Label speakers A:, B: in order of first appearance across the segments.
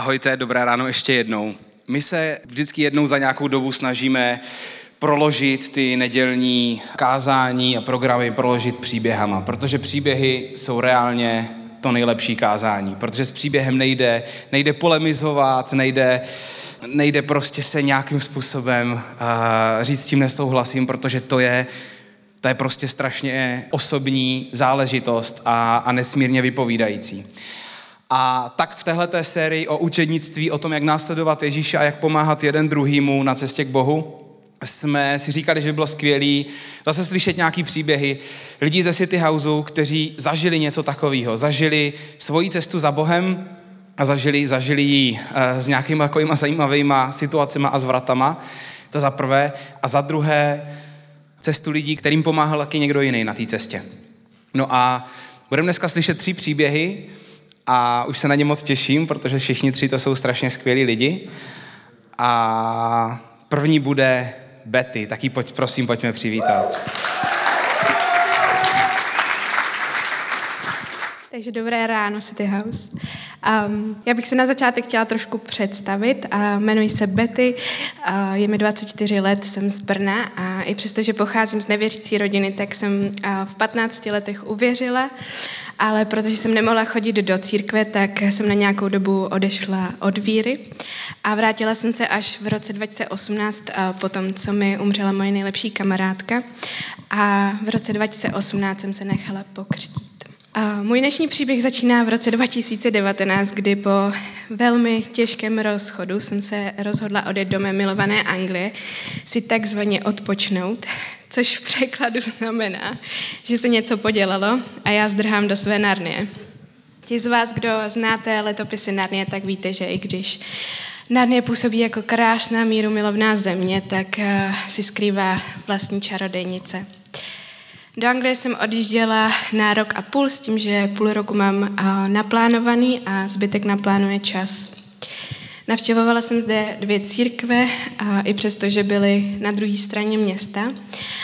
A: Ahojte, dobré ráno ještě jednou. My se vždycky jednou za nějakou dobu snažíme proložit ty nedělní kázání a programy, proložit příběhama, protože příběhy jsou reálně to nejlepší kázání, protože s příběhem nejde polemizovat, nejde prostě se nějakým způsobem říct s tím nesouhlasím, protože to je prostě strašně osobní záležitost a nesmírně vypovídající. A tak v téhleté sérii o učednictví, o tom, jak následovat Ježíše a jak pomáhat jeden druhýmu na cestě k Bohu, jsme si říkali, že by bylo skvělé zase slyšet nějaký příběhy lidí ze City Houseu, kteří zažili něco takového, zažili svoji cestu za Bohem a zažili ji s nějakými takovými zajímavýma situacemi a zvratama, to za prvé, a za druhé cestu lidí, kterým pomáhal taky někdo jiný na té cestě. No a budeme dneska slyšet 3 příběhy a už se na ně moc těším, protože všichni 3 to jsou strašně skvělí lidi. A první bude Betty, tak ji prosím, pojďme přivítat.
B: Takže dobré ráno, City House. Já bych se na začátek chtěla trošku představit. Jmenuji se Betty, je mi 24 let, jsem z Brna a i přesto, že pocházím z nevěřící rodiny, tak jsem v 15 letech uvěřila, ale protože jsem nemohla chodit do církve, tak jsem na nějakou dobu odešla od víry a vrátila jsem se až v roce 2018 po tom, co mi umřela moje nejlepší kamarádka, a v roce 2018 jsem se nechala pokřtít. Můj dnešní příběh začíná v roce 2019, kdy po velmi těžkém rozchodu jsem se rozhodla odjet do mé milované Anglie si takzvaně odpočnout, což v překladu znamená, že se něco podělalo a já zdrhám do své Narnie. Ti z vás, kdo znáte letopisy Narnie, tak víte, že i když Narnie působí jako krásná mírumilovná země, tak si skrývá vlastní čarodejnice. Do Anglie jsem odjížděla na 1,5 roku s tím, že půl roku mám naplánovaný a zbytek naplánuje čas. Navštěvovala jsem zde 2 církve, i přesto, že byly na druhé straně města.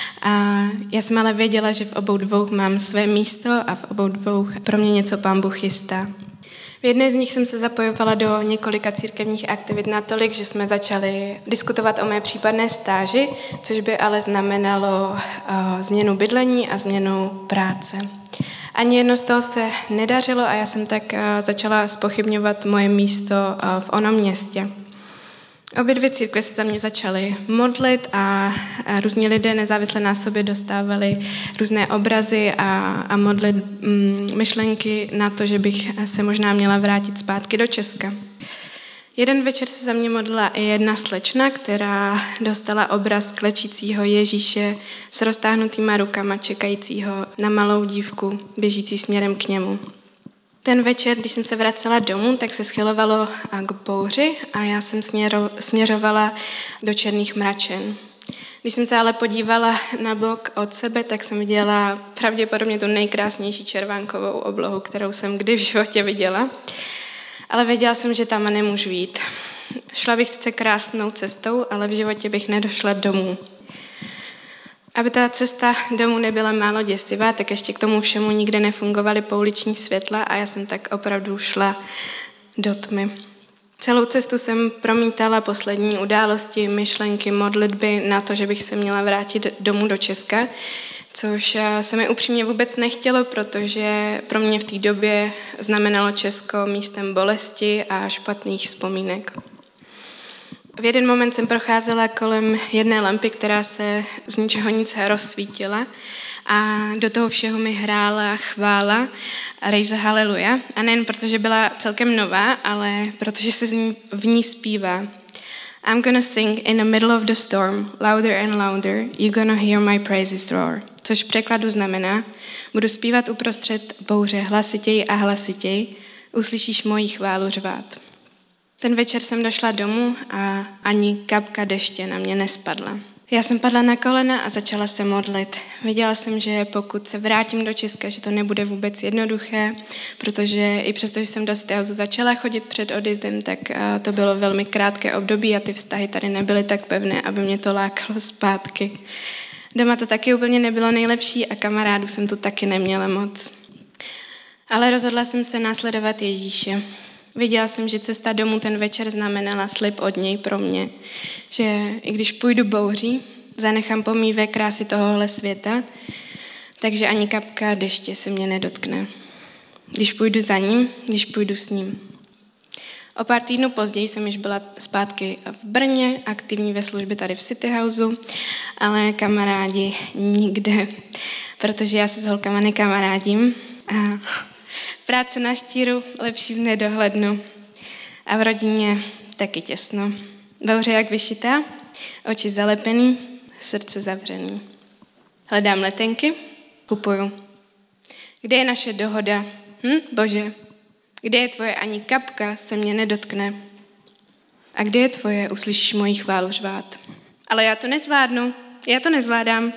B: Já jsem ale věděla, že v obou 2 mám své místo a v obou 2 pro mě něco Pán Bůh chystá. V jedné z nich jsem se zapojovala do několika církevních aktivit natolik, že jsme začali diskutovat o mé případné stáži, což by ale znamenalo změnu bydlení a změnu práce. Ani jedno z toho se nedařilo a já jsem tak začala zpochybňovat moje místo v onom městě. Obě 2 církve se za mě začaly modlit a různí lidé nezávisle na sobě dostávali různé obrazy a modlit myšlenky na to, že bych se možná měla vrátit zpátky do Česka. Jeden večer se za mě modlila i jedna slečna, která dostala obraz klečícího Ježíše s roztáhnutýma rukama, čekajícího na malou dívku, běžící směrem k němu. Ten večer, když jsem se vracela domů, tak se schylovalo k bouři a já jsem směřovala do černých mračen. Když jsem se ale podívala na bok od sebe, tak jsem viděla pravděpodobně tu nejkrásnější červánkovou oblohu, kterou jsem kdy v životě viděla. Ale věděla jsem, že tam nemůžu jít. Šla bych sice krásnou cestou, ale v životě bych nedošla domů. Aby ta cesta domů nebyla málo děsivá, tak ještě k tomu všemu nikde nefungovaly pouliční světla a já jsem tak opravdu šla do tmy. Celou cestu jsem promítala poslední události, myšlenky, modlitby na to, že bych se měla vrátit domů do Česka, což se mi upřímně vůbec nechtělo, protože pro mě v té době znamenalo Česko místem bolesti a špatných vzpomínek. V jeden moment jsem procházela kolem jedné lampy, která se z ničeho nic rozsvítila a do toho všeho mi hrála chvála Raise Hallelujah. A nejen protože byla celkem nová, ale protože se v ní zpívá. I'm gonna sing in the middle of the storm, louder and louder, you're gonna hear my praises roar. Což v překladu znamená, budu zpívat uprostřed bouře hlasitěji a hlasitěji, uslyšíš moji chválu řvát. Ten večer jsem došla domů a ani kapka deště na mě nespadla. Já jsem padla na kolena a začala se modlit. Věděla jsem, že pokud se vrátím do Česka, že to nebude vůbec jednoduché, protože i přesto, že jsem do City Houseu začala chodit před odjezdem, tak to bylo velmi krátké období a ty vztahy tady nebyly tak pevné, aby mě to lákalo zpátky. Doma to taky úplně nebylo nejlepší a kamarádů jsem tu taky neměla moc. Ale rozhodla jsem se následovat Ježíše. Věděla jsem, že cesta domů ten večer znamenala slib od něj pro mě, že i když půjdu bouří, zanechám pomíve krásy tohohle světa, takže ani kapka deště se mě nedotkne. Když půjdu za ním, když půjdu s ním. O pár týdnů později jsem již byla zpátky v Brně, aktivní ve službě tady v City Houseu, ale kamarádi nikde, protože já se s holkama nekamarádím. A práce na štíru lepší v nedohlednu. A v rodině taky těsno. Bouře jak vyšitá, oči zalepený, srdce zavřený. Hledám letenky, kupuju. Kde je naše dohoda? Bože, kde je tvoje ani kapka se mě nedotkne? A kde je tvoje, uslyšíš moji chválu řvát? Ale já to nezvládnu, já to nezvládám.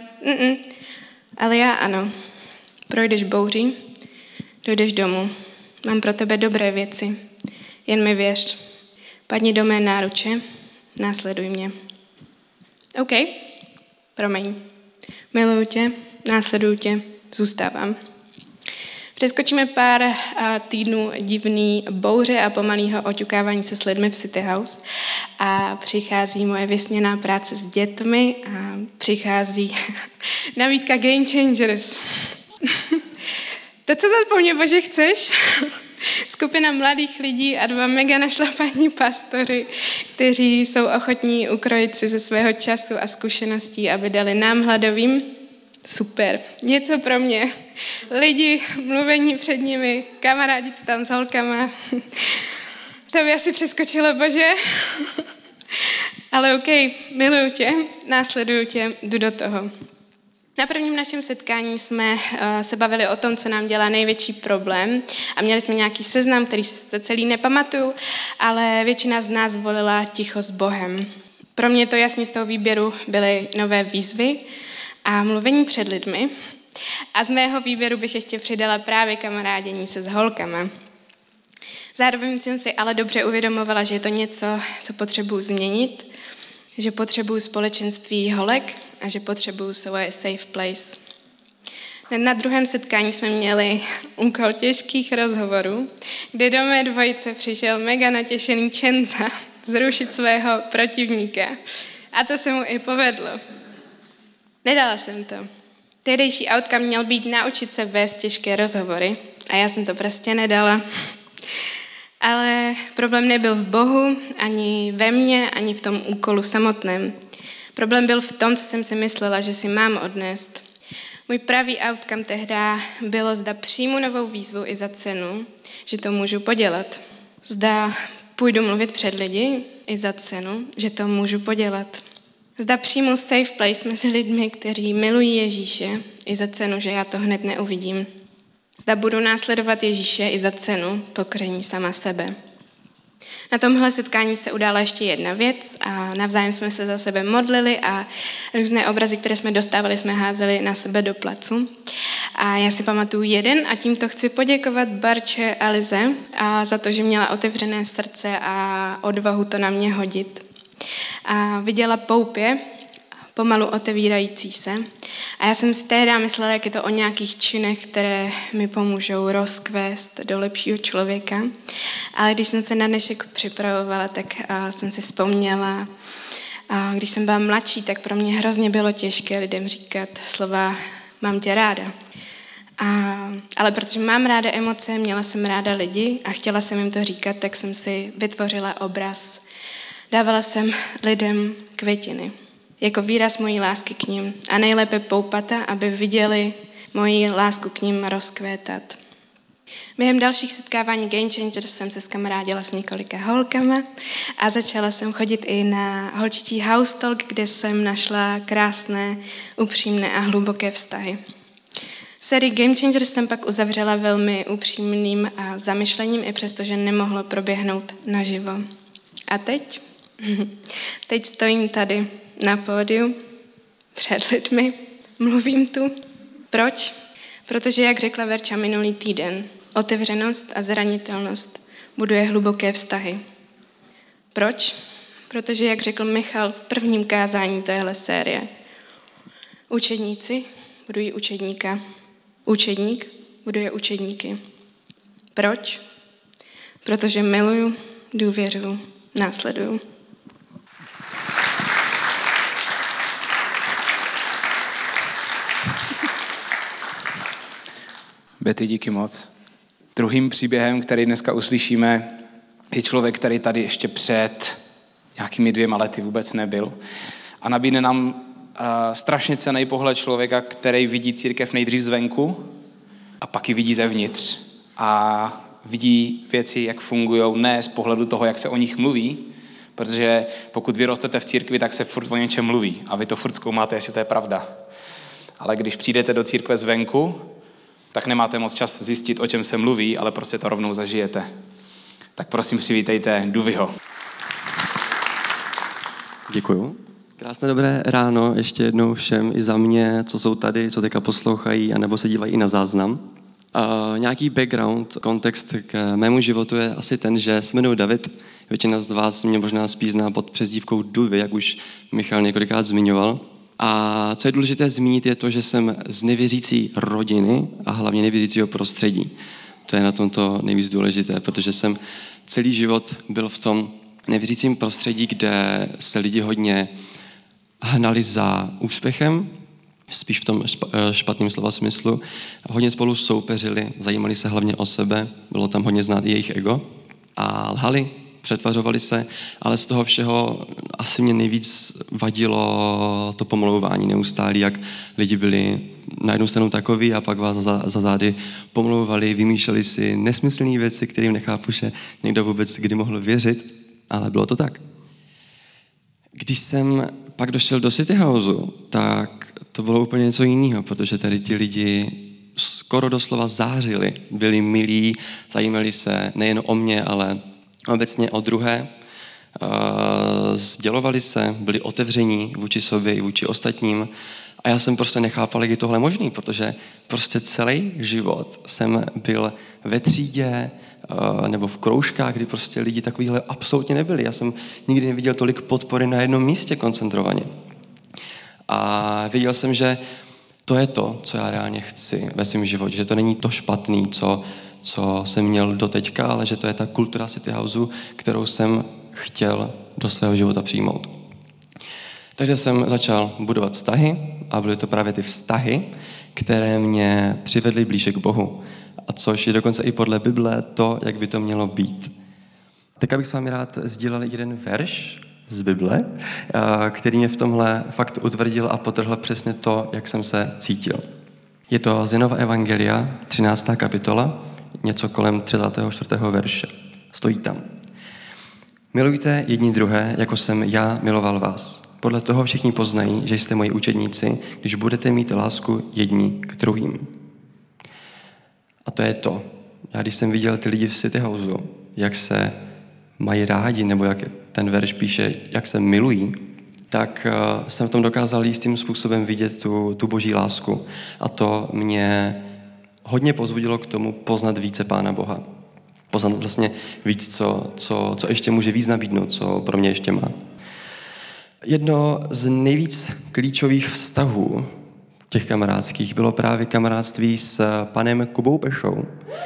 B: Ale já ano. Projdeš bouří, dojdeš domů. Mám pro tebe dobré věci. Jen mi věř. Padni do mé náruče, následuj mě. OK, promiň. Miluju tě, následuju tě, zůstávám. Přeskočíme pár týdnů divný bouře a pomalého oťukávání se s lidmi v City House a přichází moje vysněná práce s dětmi a přichází nabídka Game Changers. To, co zase po mně, Bože, chceš? Skupina mladých lidí a 2 mega našlapaní pastory, kteří jsou ochotní ukrojit si ze svého času a zkušeností, aby dali nám hladovým. Super, něco pro mě. Lidi, mluvení před nimi, kamarádi, co tam s holkama. To by asi přeskočilo, Bože. Ale OK, miluju tě, následuju tě, jdu do toho. Na prvním našem setkání jsme se bavili o tom, co nám dělá největší problém a měli jsme nějaký seznam, který se celý nepamatuju, ale většina z nás volila ticho s Bohem. Pro mě to jasně z toho výběru byly nové výzvy a mluvení před lidmi. A z mého výběru bych ještě přidala právě kamarádění se s holkama. Zároveň jsem si ale dobře uvědomovala, že je to něco, co potřebuji změnit, že potřebuji společenství holek a že potřebuji svoje safe place. Na druhém setkání jsme měli úkol těžkých rozhovorů, kde do mé dvojice přišel mega natěšený Čenza zrušit svého protivníka. A to se mu i povedlo. Nedala jsem to. Tehdejší outcome měl být naučit se vést těžké rozhovory a já jsem to prostě nedala. Ale problém nebyl v Bohu, ani ve mně, ani v tom úkolu samotném. Problém byl v tom, co jsem si myslela, že si mám odnést. Můj pravý outcome tehda bylo, zda přijmu novou výzvu i za cenu, že to můžu podělat. Zda půjdu mluvit před lidi i za cenu, že to můžu podělat. Zda přijmu safe place mezi lidmi, kteří milují Ježíše i za cenu, že já to hned neuvidím. Zda budu následovat Ježíše i za cenu pokoření sama sebe. Na tomhle setkání se udála ještě jedna věc a navzájem jsme se za sebe modlili a různé obrazy, které jsme dostávali, jsme házeli na sebe do placu. A já si pamatuju jeden a tímto chci poděkovat Barče a Lize a za to, že měla otevřené srdce a odvahu to na mě hodit. A viděla poupě, pomalu otevírající se. A já jsem si tehdy myslela, jak je to o nějakých činech, které mi pomůžou rozkvést do lepšího člověka. Ale když jsem se na dnešek připravovala, tak jsem si vzpomněla, když jsem byla mladší, tak pro mě hrozně bylo těžké lidem říkat slova mám tě ráda. Ale protože mám ráda emoce, měla jsem ráda lidi a chtěla jsem jim to říkat, tak jsem si vytvořila obraz. Dávala jsem lidem květiny jako výraz mojí lásky k nim a nejlépe poupata, aby viděli moji lásku k nim rozkvétat. Během dalších setkávání Game Changers jsem se skamarádila s několika holkama a začala jsem chodit i na holčičí house talk, kde jsem našla krásné, upřímné a hluboké vztahy. Sérii Game Changers jsem pak uzavřela velmi upřímným zamyšlením, i přestože nemohlo proběhnout naživo. A teď? Teď stojím tady na pódiu, před lidmi, mluvím tu. Proč? Protože, jak řekla Verča minulý týden, otevřenost a zranitelnost buduje hluboké vztahy. Proč? Protože, jak řekl Michal v prvním kázání téhle série, učedníci budují učedníka, učedník buduje učedníky. Proč? protože miluju, důvěřuju, následuju.
A: Betty, díky moc. Druhým příběhem, který dneska uslyšíme, je člověk, který tady ještě před nějakými 2 lety vůbec nebyl. A nabídne nám strašně cenný pohled člověka, který vidí církev nejdřív zvenku a pak ji vidí zevnitř. A vidí věci, jak fungují, ne z pohledu toho, jak se o nich mluví, protože pokud vyrostete v církvi, tak se furt o něčem mluví a vy to furt zkoumáte, jestli to je pravda. Ale když přijdete do církve zvenku, tak nemáte moc čas zjistit, o čem se mluví, ale prostě to rovnou zažijete. Tak prosím, přivítejte Duvyho.
C: Děkuju. Krásné dobré ráno ještě jednou všem i za mě, co jsou tady, co teďka poslouchají, anebo se dívají i na záznam. Nějaký background, kontext k mému životu je asi ten, že se jmenuji David. Většina z vás mě možná spíš zná pod přezdívkou Duvy, jak už Michal několikrát zmiňoval. A co je důležité zmínit, je to, že jsem z nevěřící rodiny a hlavně nevěřícího prostředí. To je na tomto nejvíc důležité, protože jsem celý život byl v tom nevěřícím prostředí, kde se lidi hodně hnali za úspěchem, spíš v tom špatném slova smyslu. Hodně spolu soupeřili, zajímali se hlavně o sebe, bylo tam hodně znát i jejich ego a lhali, přetvařovali se, ale z toho všeho asi mě nejvíc vadilo to pomlouvání neustálý, jak lidi byli na jednu stranu takový a pak vás za zády pomlouvali, vymýšleli si nesmyslné věci, kterým nechápu, že někdo vůbec kdy mohl věřit, ale bylo to tak. Když jsem pak došel do City Houseu, tak to bylo úplně něco jiného, protože tady ti lidi skoro doslova zářili, byli milí, zajímali se nejen o mě, ale obecně o druhé, sdělovali se, byli otevření vůči sobě i vůči ostatním a já jsem prostě nechápal, jak je tohle možný, protože prostě celý život jsem byl ve třídě nebo v kroužkách, kdy prostě lidi takovýhle absolutně nebyli. Já jsem nikdy neviděl tolik podpory na jednom místě koncentrovaně. A věděl jsem, že to je to, co já reálně chci ve svém životě, že to není to špatný, co jsem měl doteďka, ale že to je ta kultura City Houseu, kterou jsem chtěl do svého života přijmout. Takže jsem začal budovat vztahy a byly to právě ty vztahy, které mě přivedly blíže k Bohu. A což je dokonce i podle Bible to, jak by to mělo být. Tak bych s vámi rád sdílel jeden verš z Bible, který mě v tomhle fakt utvrdil a podtrhl přesně to, jak jsem se cítil. Je to z Janova evangelia, 13. kapitola, něco kolem 34. verše. Stojí tam. Milujte jedni druhé, jako jsem já miloval vás. Podle toho všichni poznají, že jste moji učedníci, když budete mít lásku jedni k druhým. A to je to. Já když jsem viděl ty lidi v City Houseu, jak se mají rádi, nebo jak ten verš píše, jak se milují, tak jsem v tom dokázal jistým způsobem vidět tu boží lásku. A to mě hodně povzbudilo k tomu poznat více Pána Boha. Poznat vlastně víc, co ještě může víc nabídnout, co pro mě ještě má. Jedno z nejvíc klíčových vztahů těch kamarádských bylo právě kamarádství s panem Kubou Pešou,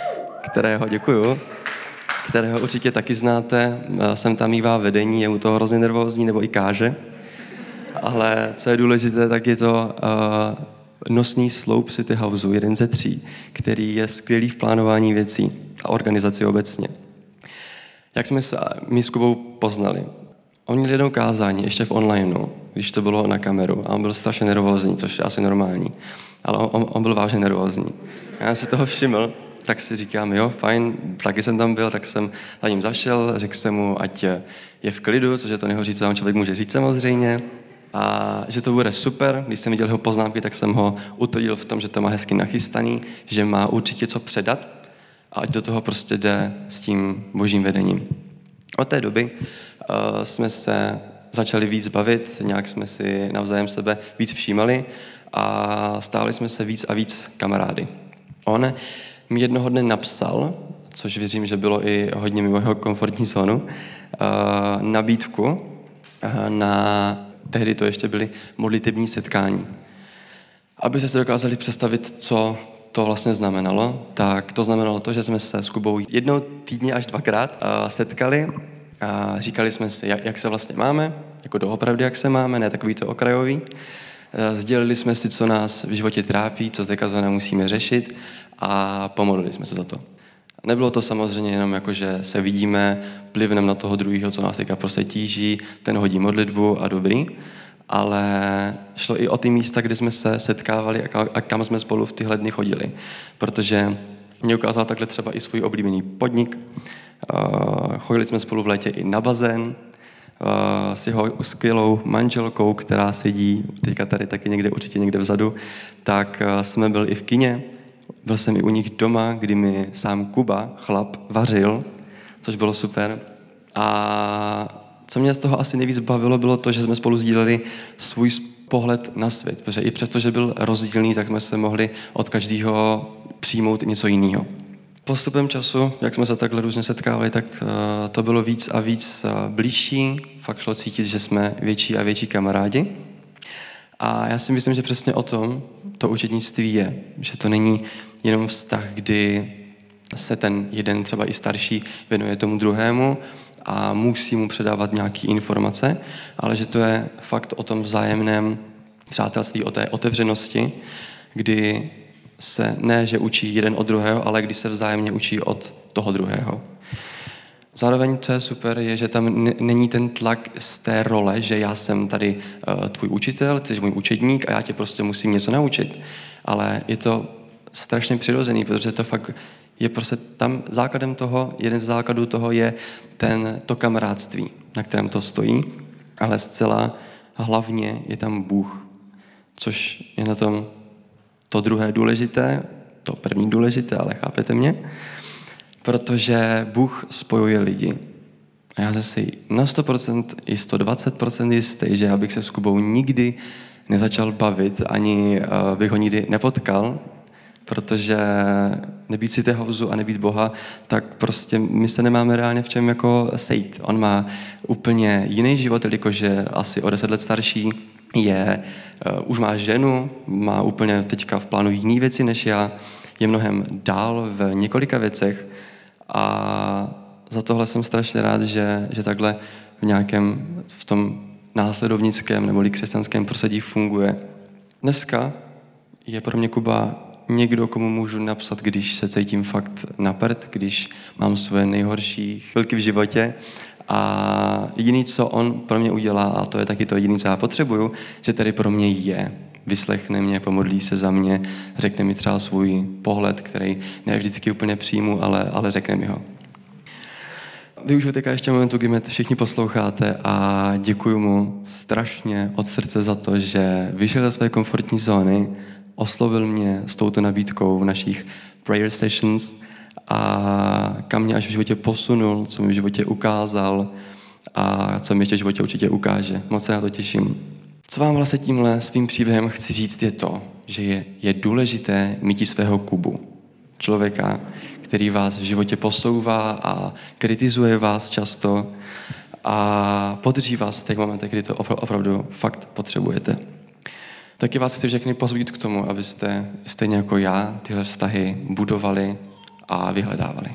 C: kterého určitě taky znáte. Sem tam mívá vedení, je u toho hrozně nervózní, nebo i káže. Ale co je důležité, tak je to nosný sloup City Houseu, jeden ze 3, který je skvělý v plánování věcí a organizaci obecně. Jak jsme se my s Kubou poznali? On měl jednou kázání, ještě v onlineu, když to bylo na kameru a on byl strašně nervózní, což je asi normální, ale on byl vážně nervózní. Já si toho všiml, tak si říkám, jo, fajn, taky jsem tam byl, tak jsem za ním zašel, řekl jsem mu, ať je v klidu, což je to nejhorší, co vám člověk může říct samozřejmě, a že to bude super. Když jsem viděl jeho poznámky, tak jsem ho utvrdil v tom, že to má hezky nachystaný, že má určitě co předat a ať do toho prostě jde s tím božím vedením. Od té doby jsme se začali víc bavit, nějak jsme si navzájem sebe víc všímali a stáli jsme se víc a víc kamarády. On mi jednoho dne napsal, což věřím, že bylo i hodně mimo jeho komfortní zónu, nabídku na, tehdy to ještě byly modlitební setkání. Aby se dokázali představit, co to vlastně znamenalo, tak to znamenalo to, že jsme se s Kubou jednou týdně až 2krát setkali a říkali jsme si, jak se vlastně máme, jako doopravdy, jak se máme, ne takový to okrajový. Sdělili jsme si, co nás v životě trápí, co teďka zrovna musíme řešit a pomodlili jsme se za to. Nebylo to samozřejmě jenom jako, že se vidíme, plivneme na toho druhého, co nás teďka prostě tíží, ten hodí modlitbu a dobrý, ale šlo i o ty místa, kde jsme se setkávali a kam jsme spolu v tyhle dny chodili. Protože mě ukázal takhle třeba i svůj oblíbený podnik. Chodili jsme spolu v létě i na bazén s jeho skvělou manželkou, která sedí teďka tady taky někde, určitě někde vzadu, tak jsme byli i v kině. Byl jsem i u nich doma, kdy mi sám Kuba, chlap, vařil, což bylo super. A co mě z toho asi nejvíc bavilo, bylo to, že jsme spolu sdíleli svůj pohled na svět, protože i přesto, že byl rozdílný, tak jsme se mohli od každého přijmout něco jiného. Postupem času, jak jsme se takhle různě setkávali, tak to bylo víc a víc blížší. Fakt šlo cítit, že jsme větší a větší kamarádi. A já si myslím, že přesně o tom to učednictví je. Že to není jenom vztah, kdy se ten jeden třeba i starší věnuje tomu druhému a musí mu předávat nějaké informace, ale že to je fakt o tom vzájemném přátelství, o té otevřenosti, kdy se ne, že učí jeden od druhého, ale kdy se vzájemně učí od toho druhého. Zároveň, co je super, je, že tam není ten tlak z té role, že já jsem tady tvůj učitel, jsi můj učedník a já tě prostě musím něco naučit. Ale je to strašně přirozený, protože to fakt je prostě tam základem toho, jeden z základů toho je to kamarádství, na kterém to stojí, ale zcela hlavně je tam Bůh, což je na tom to druhé důležité, to první důležité, ale chápete mě? Protože Bůh spojuje lidi. A já jsem si na 100% i 120% jistý, že já bych se s Kubou nikdy nezačal bavit, ani bych ho nikdy nepotkal, protože nebýt si House a nebýt Boha, tak prostě my se nemáme reálně v čem jako sejít. On má úplně jiný život, jelikož je asi o 10 let starší, už má ženu, má úplně teďka v plánu jiné věci než já, je mnohem dál v několika věcech a za tohle jsem strašně rád, že takhle v tom následovnickém nebo křesťanském prostředí funguje. Dneska je pro mě Kuba někdo, komu můžu napsat, když se cítím fakt na prd, když mám svoje nejhorší chvilky v životě. A jediný, co on pro mě udělá, a to je taky to jediné, co já potřebuju, že tady pro mě je. Vyslechne mě, pomodlí se za mě, řekne mi třeba svůj pohled, který ne vždycky úplně přijmu, ale řekne mi ho. Využiju teďka ještě momentu, kdy mě všichni posloucháte a děkuju mu strašně od srdce za to, že vyšel ze své komfortní zóny, oslovil mě s touto nabídkou v našich prayer sessions a kam mě až v životě posunul, co mi v životě ukázal a co mi ještě v životě určitě ukáže. Moc se na to těším. Co vám vlastně tímhle svým příběhem chci říct je to, že je důležité mít svého Kubu. Člověka, který vás v životě posouvá a kritizuje vás často a podrží vás v těch momentech, kdy to opravdu fakt potřebujete. Taky vás chci všechny pozbudit k tomu, abyste stejně jako já tyhle vztahy budovali a vyhledávali.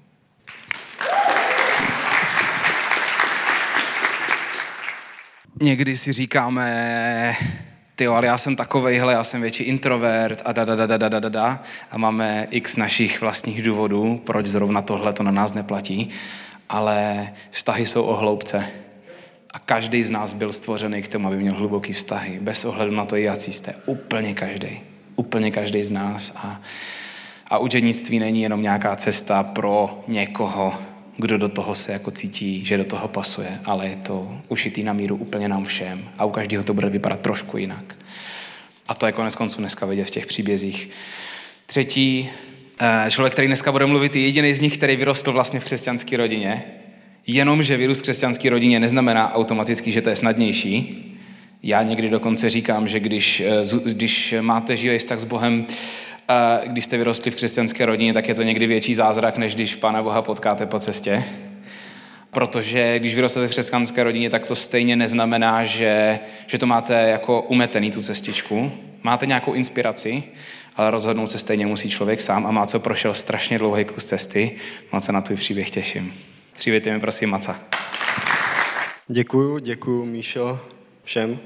A: Někdy si říkáme, ale já jsem takovejhle, já jsem větší introvert a a máme x našich vlastních důvodů, proč zrovna tohle to na nás neplatí, ale vztahy jsou o hloubce. A každý z nás byl stvořený k tomu, aby měl hluboký vztahy, bez ohledu na to, jaký jste. Úplně každý z nás. A učednictví není jenom nějaká cesta pro někoho, kdo do toho se jako cítí, že do toho pasuje, ale je to ušitý na míru úplně nám všem a u každého to bude vypadat trošku jinak. A to je konec konců dneska vidět v těch příbězích. Třetí člověk, který dneska bude mluvit, je jediný z nich, který vyrostl vlastně v křesťanské rodině. Jenomže vyrůst v křesťanské rodině neznamená automaticky, že to je snadnější. Já někdy dokonce říkám, že když máte živý vztah s Bohem, když jste vyrostli v křesťanské rodině, tak je to někdy větší zázrak, než když Pána Boha potkáte po cestě. Protože když vyrostete v křesťanské rodině, tak to stejně neznamená, že to máte jako umetený tu cestičku. Máte nějakou inspiraci, ale rozhodnout se stejně musí člověk sám a Máco prošel strašně dlouhý kus cesty. Moc se na tvůj příběh těším. Přivítejte mi prosím Maca.
D: Děkuju Míšo, všem.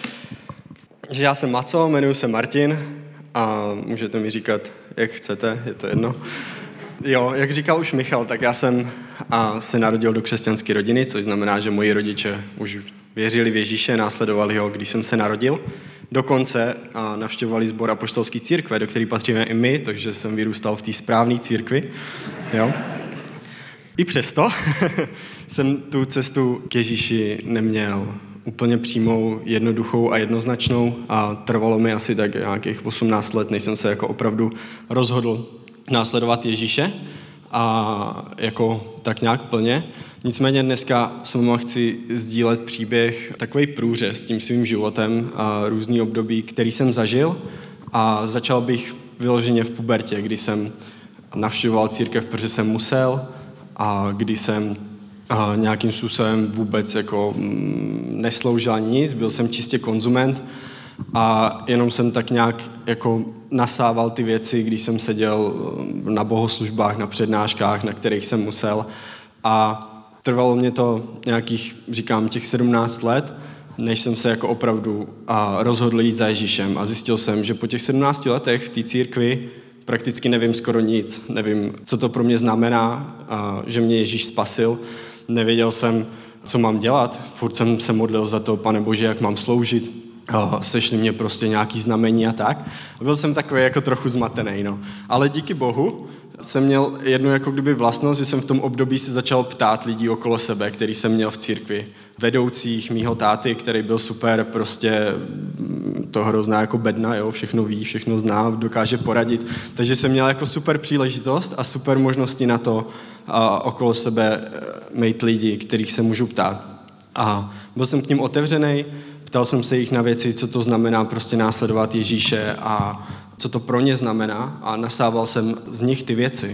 D: Že já jsem Maco, jmenuji se Martin a můžete mi říkat, jak chcete, je to jedno. Jo, jak říkal už Michal, tak já jsem se narodil do křesťanské rodiny, což znamená, že moji rodiče už věřili v Ježíše, následovali ho, když jsem se narodil. Dokonce navštěvovali sbor apoštolské církve, do které patříme i my, takže jsem vyrůstal v té správné církvi. Jo. I přesto jsem tu cestu k Ježíši neměl úplně přímou, jednoduchou a jednoznačnou a trvalo mi asi tak nějakých 18 let, než jsem se jako opravdu rozhodl následovat Ježíše a jako tak nějak plně. Nicméně dneska s váma chci sdílet příběh, takový průřez tím svým životem a různý období, který jsem zažil a začal bych vyloženě v pubertě, kdy jsem navštěvoval církev, protože jsem musel a kdy jsem nějakým způsobem vůbec jako nesloužil ani nic, byl jsem čistě konzument a jenom jsem tak nějak jako nasával ty věci, když jsem seděl na bohoslužbách, na přednáškách, na kterých jsem musel a trvalo mě to nějakých, říkám, těch 17 let, než jsem se jako opravdu rozhodl jít za Ježíšem a zjistil jsem, že po těch 17 letech v té církvi prakticky nevím skoro nic, nevím, co to pro mě znamená, že mě Ježíš spasil, nevěděl jsem, co mám dělat, furt jsem se modlil za to, Pane Bože, jak mám sloužit, sešli mě prostě nějaký znamení a tak. Byl jsem takový jako trochu zmatený, no. Ale díky Bohu jsem měl jednu jako kdyby vlastnost, že jsem v tom období se začal ptát lidí okolo sebe, který jsem měl v církvi. Vedoucích, mýho táty, který byl super, prostě to hrozná jako bedna, jo, všechno ví, všechno zná, dokáže poradit. Takže jsem měl jako super příležitost a super možnosti na to okolo sebe mít lidi, kterých se můžu ptát. A byl jsem k ním otevřený, ptal jsem se jich na věci, co to znamená prostě následovat Ježíše a co to pro ně znamená a nasával jsem z nich ty věci.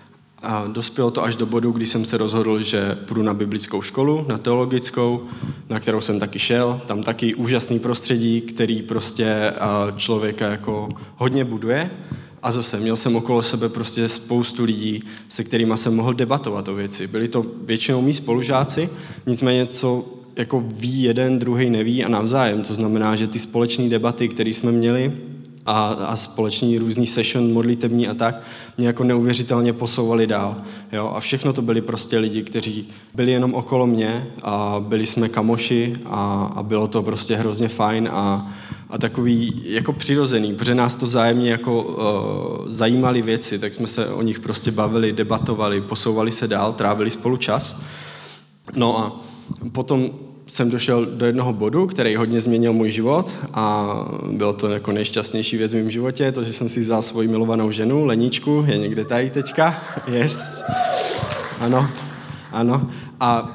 D: A dospělo to až do bodu, kdy jsem se rozhodl, že půjdu na biblickou školu, na teologickou, na kterou jsem taky šel. Tam taky úžasný prostředí, který prostě člověka jako hodně buduje. A zase měl jsem okolo sebe prostě spoustu lidí, se kterými jsem mohl debatovat o věci. Byli to většinou mý spolužáci, nicméně co jako ví jeden, druhý neví a navzájem. To znamená, že ty společné debaty, které jsme měli, a společný různý session modlitební a tak, mě jako neuvěřitelně posouvali dál. Jo? A všechno to byli prostě lidi, kteří byli jenom okolo mě a byli jsme kamoši a bylo to prostě hrozně fajn a takový jako přirozený, protože nás to vzájemně jako zajímaly věci, tak jsme se o nich prostě bavili, debatovali, posouvali se dál, trávili spolu čas. No a potom jsem došel do jednoho bodu, který hodně změnil můj život a bylo to jako nejšťastnější věc v mém životě, to, že jsem si vzal svoji milovanou ženu, Leničku, je někde tady teďka, yes, ano. A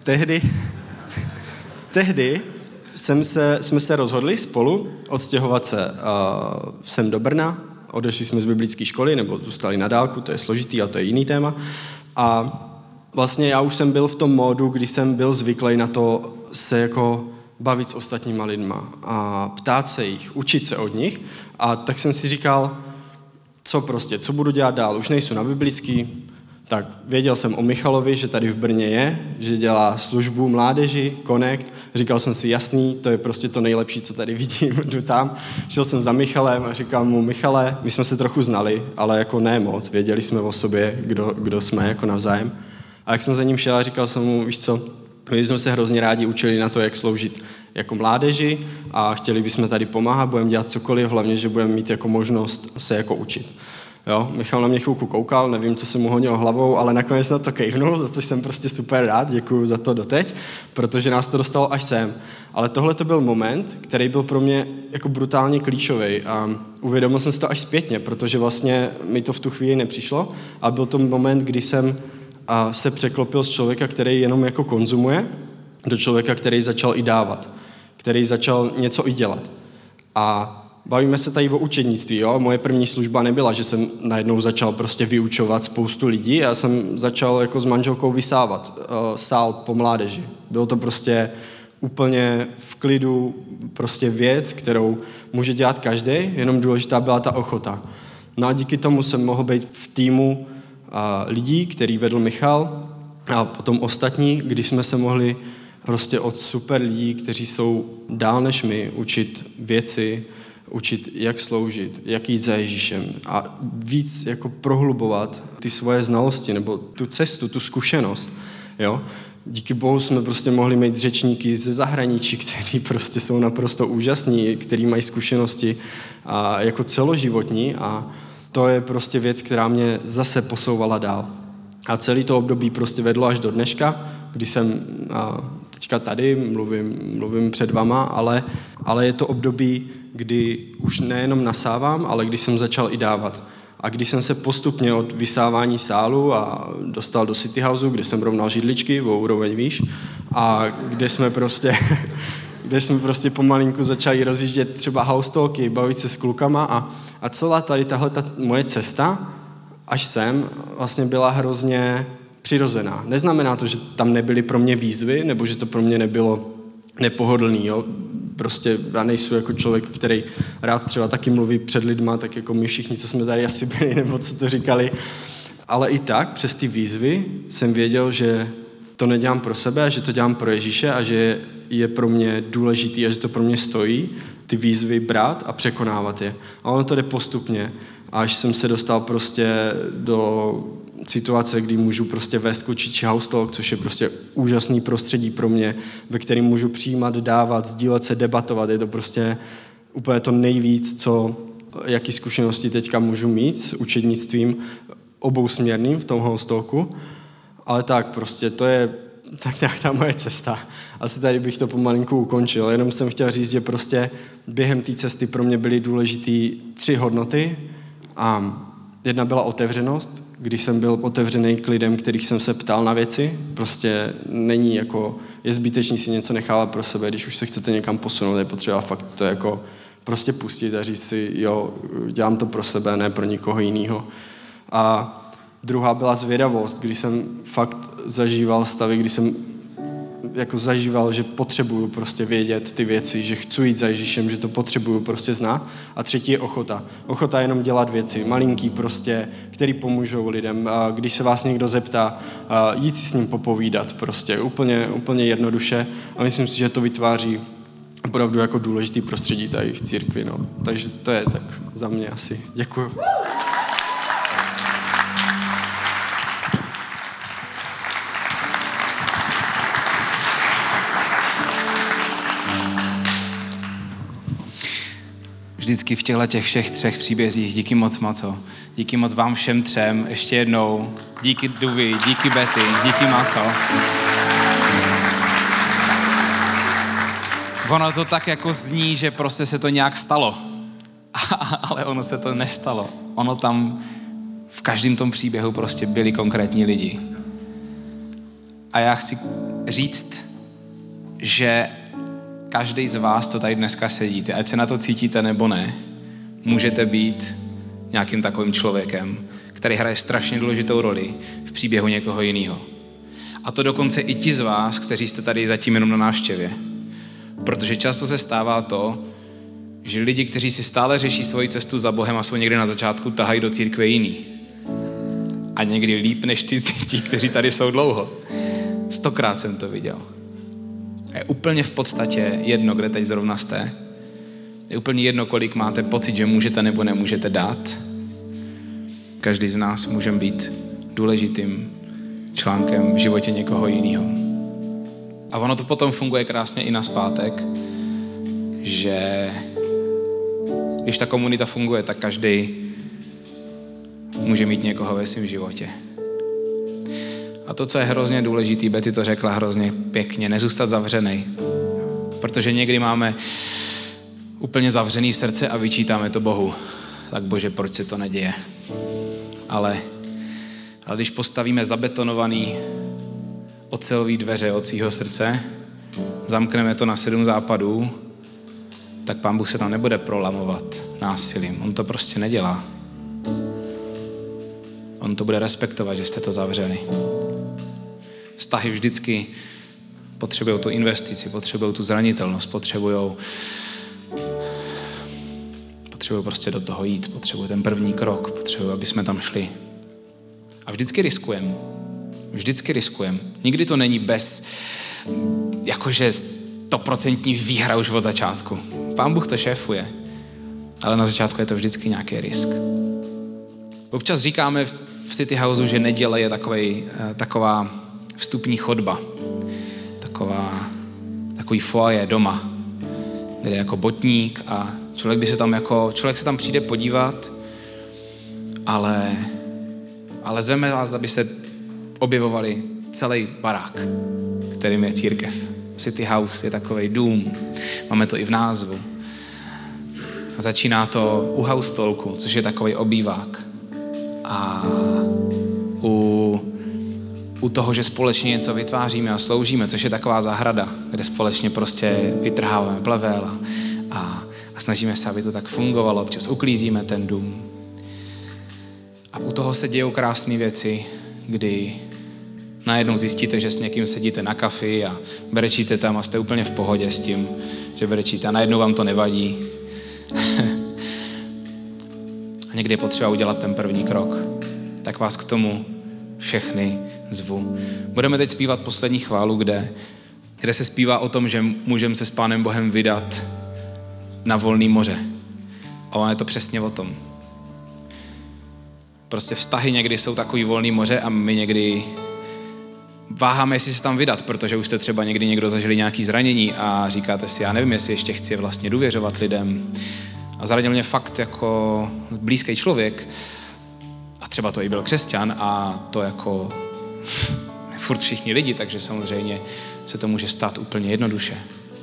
D: tehdy jsme se rozhodli spolu odstěhovat se sem do Brna, odešli jsme z biblické školy, nebo zůstali na dálku, to je složitý, ale to je jiný téma. A vlastně já už jsem byl v tom módu, kdy jsem byl zvyklý na to se jako bavit s ostatníma lidma a ptát se jich, učit se od nich. A tak jsem si říkal, co budu dělat dál. Už nejsou na biblický, tak věděl jsem o Michalovi, že tady v Brně je, že dělá službu mládeži, Connect. Říkal jsem si, jasný, to je prostě to nejlepší, co tady vidím, jdu tam. Šel jsem za Michalem a říkal mu, Michale, my jsme se trochu znali, ale jako ne moc, věděli jsme o sobě, kdo jsme jako navzájem. A jak jsem za ním šel a říkal jsem mu, víš co, my jsme se hrozně rádi učili na to, jak sloužit jako mládeži a chtěli bychom tady pomáhat, budeme dělat cokoliv, hlavně, že budeme mít jako možnost se jako učit. Jo, Michal na mě chvilku koukal, nevím, co se mu honilo hlavou, ale nakonec na to kejvnul, za což jsem prostě super rád, děkuju za to doteď, protože nás to dostalo až sem. Ale tohle to byl moment, který byl pro mě jako brutálně klíčový a uvědomil jsem si to až zpětně, protože vlastně mi to v tu chvíli nepřišlo a byl to moment, kdy jsem se překlopil z člověka, který jenom jako konzumuje, do člověka, který začal i dávat, který začal něco i dělat. A bavíme se tady o učednictví, jo? Moje první služba nebyla, že jsem najednou začal prostě vyučovat spoustu lidí, já jsem začal jako s manželkou vysávat sál po mládeži. Bylo to prostě úplně v klidu prostě věc, kterou může dělat každý, jenom důležitá byla ta ochota. No a díky tomu jsem mohl být v týmu lidí, který vedl Michal a potom ostatní, když jsme se mohli prostě od super lidí, kteří jsou dál než my, učit věci, učit, jak sloužit, jak jít za Ježíšem a víc jako prohlubovat ty svoje znalosti nebo tu cestu, tu zkušenost. Jo? Díky Bohu jsme prostě mohli mít řečníky ze zahraničí, kteří prostě jsou naprosto úžasní, kteří mají zkušenosti a jako celoživotní a to je prostě věc, která mě zase posouvala dál. A celý to období prostě vedlo až do dneška, kdy jsem teďka tady, mluvím před vama, ale je to období, kdy už nejenom nasávám, ale když jsem začal i dávat. A když jsem se postupně od vysávání sálu a dostal do City Houseu, kde jsem rovnal židličky o úroveň výš a kde jsme prostě pomalinku začali rozjíždět třeba house talky, bavit se s klukama a celá tady tahle moje cesta až sem vlastně byla hrozně přirozená. Neznamená to, že tam nebyly pro mě výzvy, nebo že to pro mě nebylo nepohodlný, jo. Prostě já nejsem jako člověk, který rád třeba taky mluví před lidma, tak jako my všichni, co jsme tady asi byli, nebo co to říkali. Ale i tak, přes ty výzvy jsem věděl, že to nedělám pro sebe, že to dělám pro Ježíše a že je pro mě důležitý a že to pro mě stojí ty výzvy brát a překonávat je. A ono to jde postupně. Až jsem se dostal prostě do situace, kdy můžu prostě vést klučičí house talk, což je prostě úžasný prostředí pro mě, ve kterém můžu přijímat, dávat, sdílet se, debatovat. Je to prostě úplně to nejvíc, jaký zkušenosti teďka můžu mít s učednictvím obousměrným v tom house talku. Ale tak prostě to je tak nějak ta moje cesta. Asi tady bych to pomalinku ukončil. Jenom jsem chtěl říct, že prostě během té cesty pro mě byly důležitý 3 hodnoty. A jedna byla otevřenost, když jsem byl otevřený k lidem, kterých jsem se ptal na věci. Prostě není jako, je zbytečný si něco nechávat pro sebe, když už se chcete někam posunout, je potřeba fakt to jako prostě pustit a říct si, jo, dělám to pro sebe, ne pro nikoho jiného. A druhá byla zvědavost, když jsem fakt zažíval stavy, kdy jsem jako zažíval, že potřebuju prostě vědět ty věci, že chci jít za Ježíšem, že to potřebuju prostě znát. A třetí je ochota. Ochota jenom dělat věci, malinký prostě, který pomůžou lidem. A když se vás někdo zeptá, jít si s ním popovídat prostě, úplně jednoduše. A myslím si, že to vytváří opravdu jako důležitý prostředí tady v církvi. No. Takže to je tak za mě asi. Děkuju.
A: Vždycky v těch všech 3 příbězích. Díky moc, Maco. Díky moc vám všem 3. Ještě jednou. Díky Duvi, díky Betty, díky Maco. Ono to tak jako zní, že prostě se to nějak stalo. Ale ono se to nestalo. Ono tam v každém tom příběhu prostě byli konkrétní lidi. A já chci říct, že každý z vás, co tady dneska sedíte, ať se na to cítíte nebo ne, můžete být nějakým takovým člověkem, který hraje strašně důležitou roli v příběhu někoho jiného. A to dokonce i ti z vás, kteří jste tady zatím jenom na návštěvě. Protože často se stává to, že lidi, kteří si stále řeší svoji cestu za Bohem a jsou někde na začátku, tahají do církve jiný. A někdy líp než ty z dětí, kteří tady jsou dlouho. 100krát jsem to viděl. Je úplně v podstatě jedno, kde teď zrovna jste. Je úplně jedno, kolik máte pocit, že můžete nebo nemůžete dát. Každý z nás můžeme být důležitým článkem v životě někoho jiného. A ono to potom funguje krásně i nazpátek, že když ta komunita funguje, tak každý může mít někoho ve svém životě. A to, co je hrozně důležitý, Betty to řekla hrozně pěkně, nezůstat zavřenej. Protože někdy máme úplně zavřený srdce a vyčítáme to Bohu. Tak Bože, proč se to neděje? Ale když postavíme zabetonovaný ocelový dveře od svého srdce, zamkneme to na 7 západů, tak Pán Bůh se tam nebude prolamovat násilím. On to prostě nedělá. On to bude respektovat, že jste to zavřeli. Vztahy vždycky Potřebují tu investici, potřebují tu zranitelnost, potřebují prostě do toho jít, potřebují ten první krok, potřebují, aby jsme tam šli. A vždycky riskujeme. Nikdy to není bez, jakože 100% výhra už od začátku. Pán Bůh to šéfuje, ale na začátku je to vždycky nějaký risk. Občas říkáme v City Houseu, že neděle je taková vstupní chodba, takový foyer doma, kde je jako botník a člověk se tam přijde podívat, ale zveme vás, abyste objevovali celý barák, kterým je církev. City House je takovej dům, máme to i v názvu. A začíná to u Haustolku, což je takový obývák. A u toho, že společně něco vytváříme a sloužíme, což je taková zahrada, kde společně prostě vytrháváme plevel a snažíme se, aby to tak fungovalo, občas uklízíme ten dům. A u toho se dějou krásné věci, kdy najednou zjistíte, že s někým sedíte na kafi a brečíte tam a jste úplně v pohodě s tím, že brečíte a najednou vám to nevadí. A někdy je potřeba udělat ten první krok. Tak vás k tomu všechny zvu. Budeme teď zpívat poslední chválu, kde se zpívá o tom, že můžeme se s Pánem Bohem vydat na volné moře. A ono je to přesně o tom. Prostě vztahy někdy jsou takový volný moře a my někdy váháme, jestli se tam vydat, protože už jste třeba někdy někdo zažili nějaké zranění a říkáte si, já nevím, jestli ještě chci vlastně důvěřovat lidem. A zranil mě fakt jako blízký člověk a třeba to i byl křesťan a to jako furt všichni lidi, takže samozřejmě se to může stát úplně jednoduše.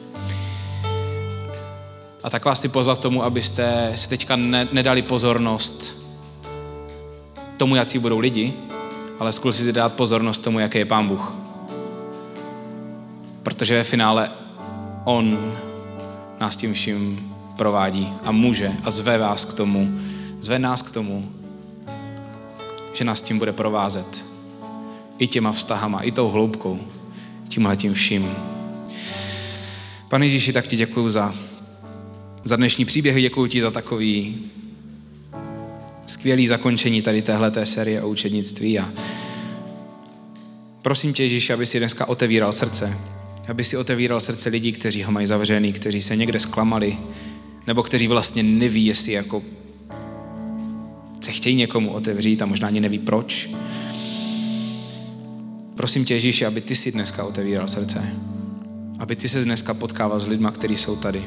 A: A tak vás chci pozvat k tomu, abyste si teďka nedali pozornost tomu, jaký budou lidi, ale zkusili si dát pozornost tomu, jaký je Pán Bůh. Protože ve finále on nás tím vším provádí a může a zve nás k tomu, že nás tím bude provázet. I těma vztahama, i tou hloubkou, tímhletím vším. Pane Ježíši, tak ti děkuju za dnešní příběhy, děkuju ti za takový skvělý zakončení tady téhleté série o učednictví a prosím tě, Ježíši, aby si dneska otevíral srdce. Aby si otevíral srdce lidí, kteří ho mají zavřený, kteří se někde zklamali, nebo kteří vlastně neví, jestli jako se chtějí někomu otevřít a možná ani neví proč. Prosím tě, Ježíši, aby ty si dneska otevíral srdce. Aby ty se dneska potkával s lidma, kteří jsou tady.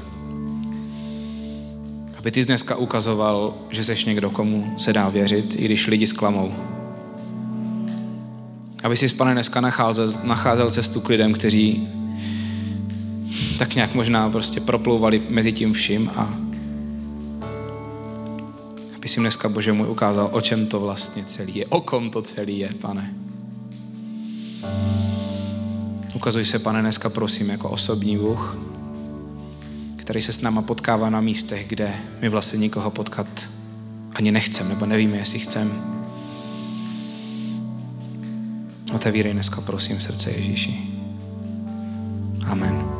A: Aby ty dneska ukazoval, že seš někdo, komu se dá věřit, i když lidi zklamou. Aby si, Pane, dneska nacházel cestu k lidem, kteří tak nějak možná prostě proplouvali mezi tím vším a aby si dneska, Bože můj, ukázal, o čem to vlastně celý je, o kom to celý je, Pane. Ukazuj se, Pane, dneska prosím jako osobní Bůh, který se s náma potkává na místech, kde my vlastně nikoho potkat ani nechcem, nebo nevíme, jestli chcem. Otevírej dneska, prosím, srdce Ježíši. Amen.